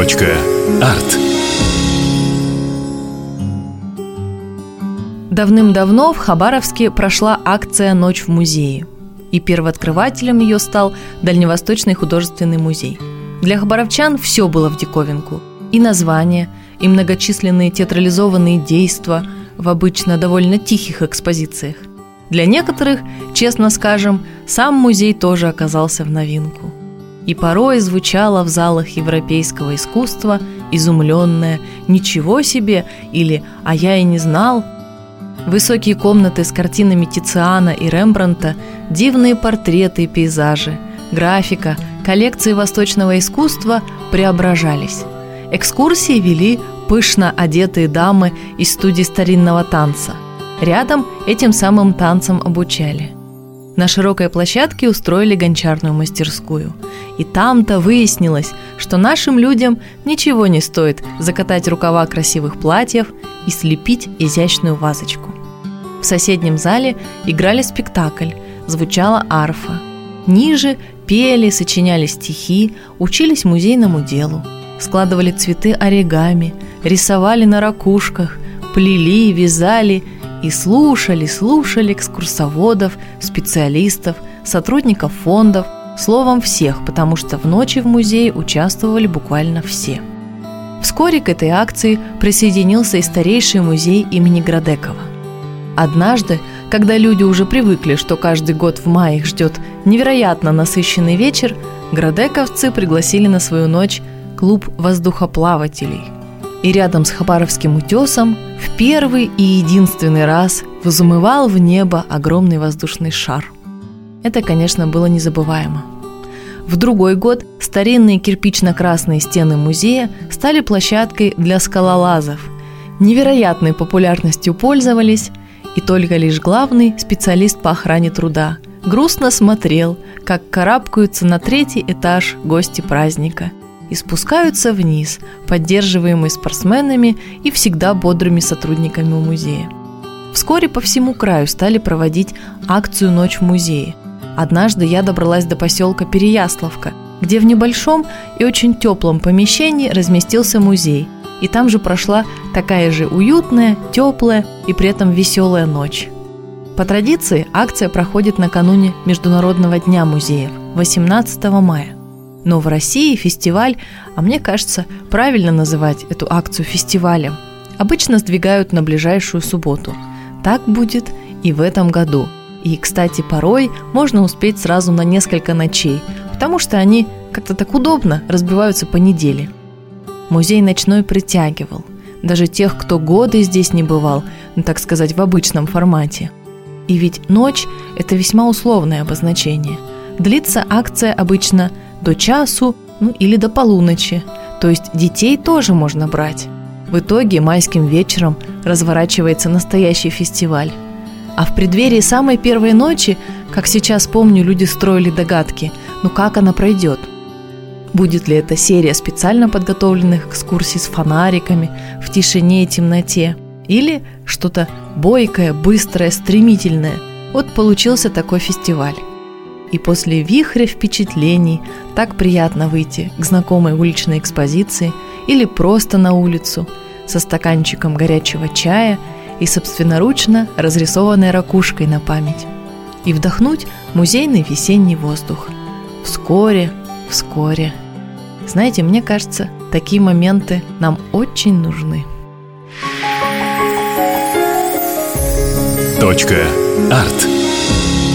Арт. Давным-давно в Хабаровске прошла акция «Ночь в музее», и первооткрывателем ее стал Дальневосточный художественный музей. Для хабаровчан все было в диковинку. И название, и многочисленные театрализованные действия в обычно довольно тихих экспозициях. Для некоторых, честно скажем, сам музей тоже оказался в новинку. И порой звучало в залах европейского искусства изумленное «Ничего себе!» или «А я и не знал!». Высокие комнаты с картинами Тициана и Рембрандта, дивные портреты и пейзажи, графика, коллекции восточного искусства преображались. Экскурсии вели пышно одетые дамы из студии старинного танца. Рядом этим самым танцам обучали. На широкой площадке устроили гончарную мастерскую. И там-то выяснилось, что нашим людям ничего не стоит закатать рукава красивых платьев и слепить изящную вазочку. В соседнем зале играли спектакль, звучала арфа. Ниже пели, сочиняли стихи, учились музейному делу, складывали цветы оригами, рисовали на ракушках, плели, вязали и слушали экскурсоводов, специалистов, сотрудников фондов, словом всех, потому что в ночи в музее участвовали буквально все. Вскоре к этой акции присоединился и старейший музей имени Градекова. Однажды, когда люди уже привыкли, что каждый год в мае их ждет невероятно насыщенный вечер, градековцы пригласили на свою ночь клуб воздухоплавателей. И рядом с Хабаровским утесом в первый и единственный раз взмывал в небо огромный воздушный шар. Это, конечно, было незабываемо. В другой год старинные кирпично-красные стены музея стали площадкой для скалолазов. Невероятной популярностью пользовались, и только лишь главный специалист по охране труда грустно смотрел, как карабкаются на 3-й этаж гости праздника и спускаются вниз, поддерживаемые спортсменами и всегда бодрыми сотрудниками музея. Вскоре по всему краю стали проводить акцию «Ночь в музее». Однажды я добралась до поселка Переяславка, где в небольшом и очень теплом помещении разместился музей, и там же прошла такая же уютная, теплая и при этом веселая ночь. По традиции акция проходит накануне Международного дня музеев, 18 мая. Но в России фестиваль, а мне кажется, правильно называть эту акцию фестивалем, обычно сдвигают на ближайшую субботу. Так будет и в этом году. И, кстати, порой можно успеть сразу на несколько ночей, потому что они как-то так удобно разбиваются по неделе. Музей ночной притягивал даже тех, кто годы здесь не бывал, так сказать, в обычном формате. И ведь ночь – это весьма условное обозначение. Длится акция обычно до часу, или до полуночи, то есть детей тоже можно брать. В итоге майским вечером разворачивается настоящий фестиваль. А в преддверии самой первой ночи, как сейчас помню, люди строили догадки, как она пройдет. Будет ли это серия специально подготовленных экскурсий с фонариками в тишине и темноте? Или что-то бойкое, быстрое, стремительное? Вот получился такой фестиваль. И после вихря впечатлений так приятно выйти к знакомой уличной экспозиции или просто на улицу со стаканчиком горячего чая и собственноручно разрисованной ракушкой на память. И вдохнуть музейный весенний воздух. Вскоре. Знаете, мне кажется, такие моменты нам очень нужны. Арт.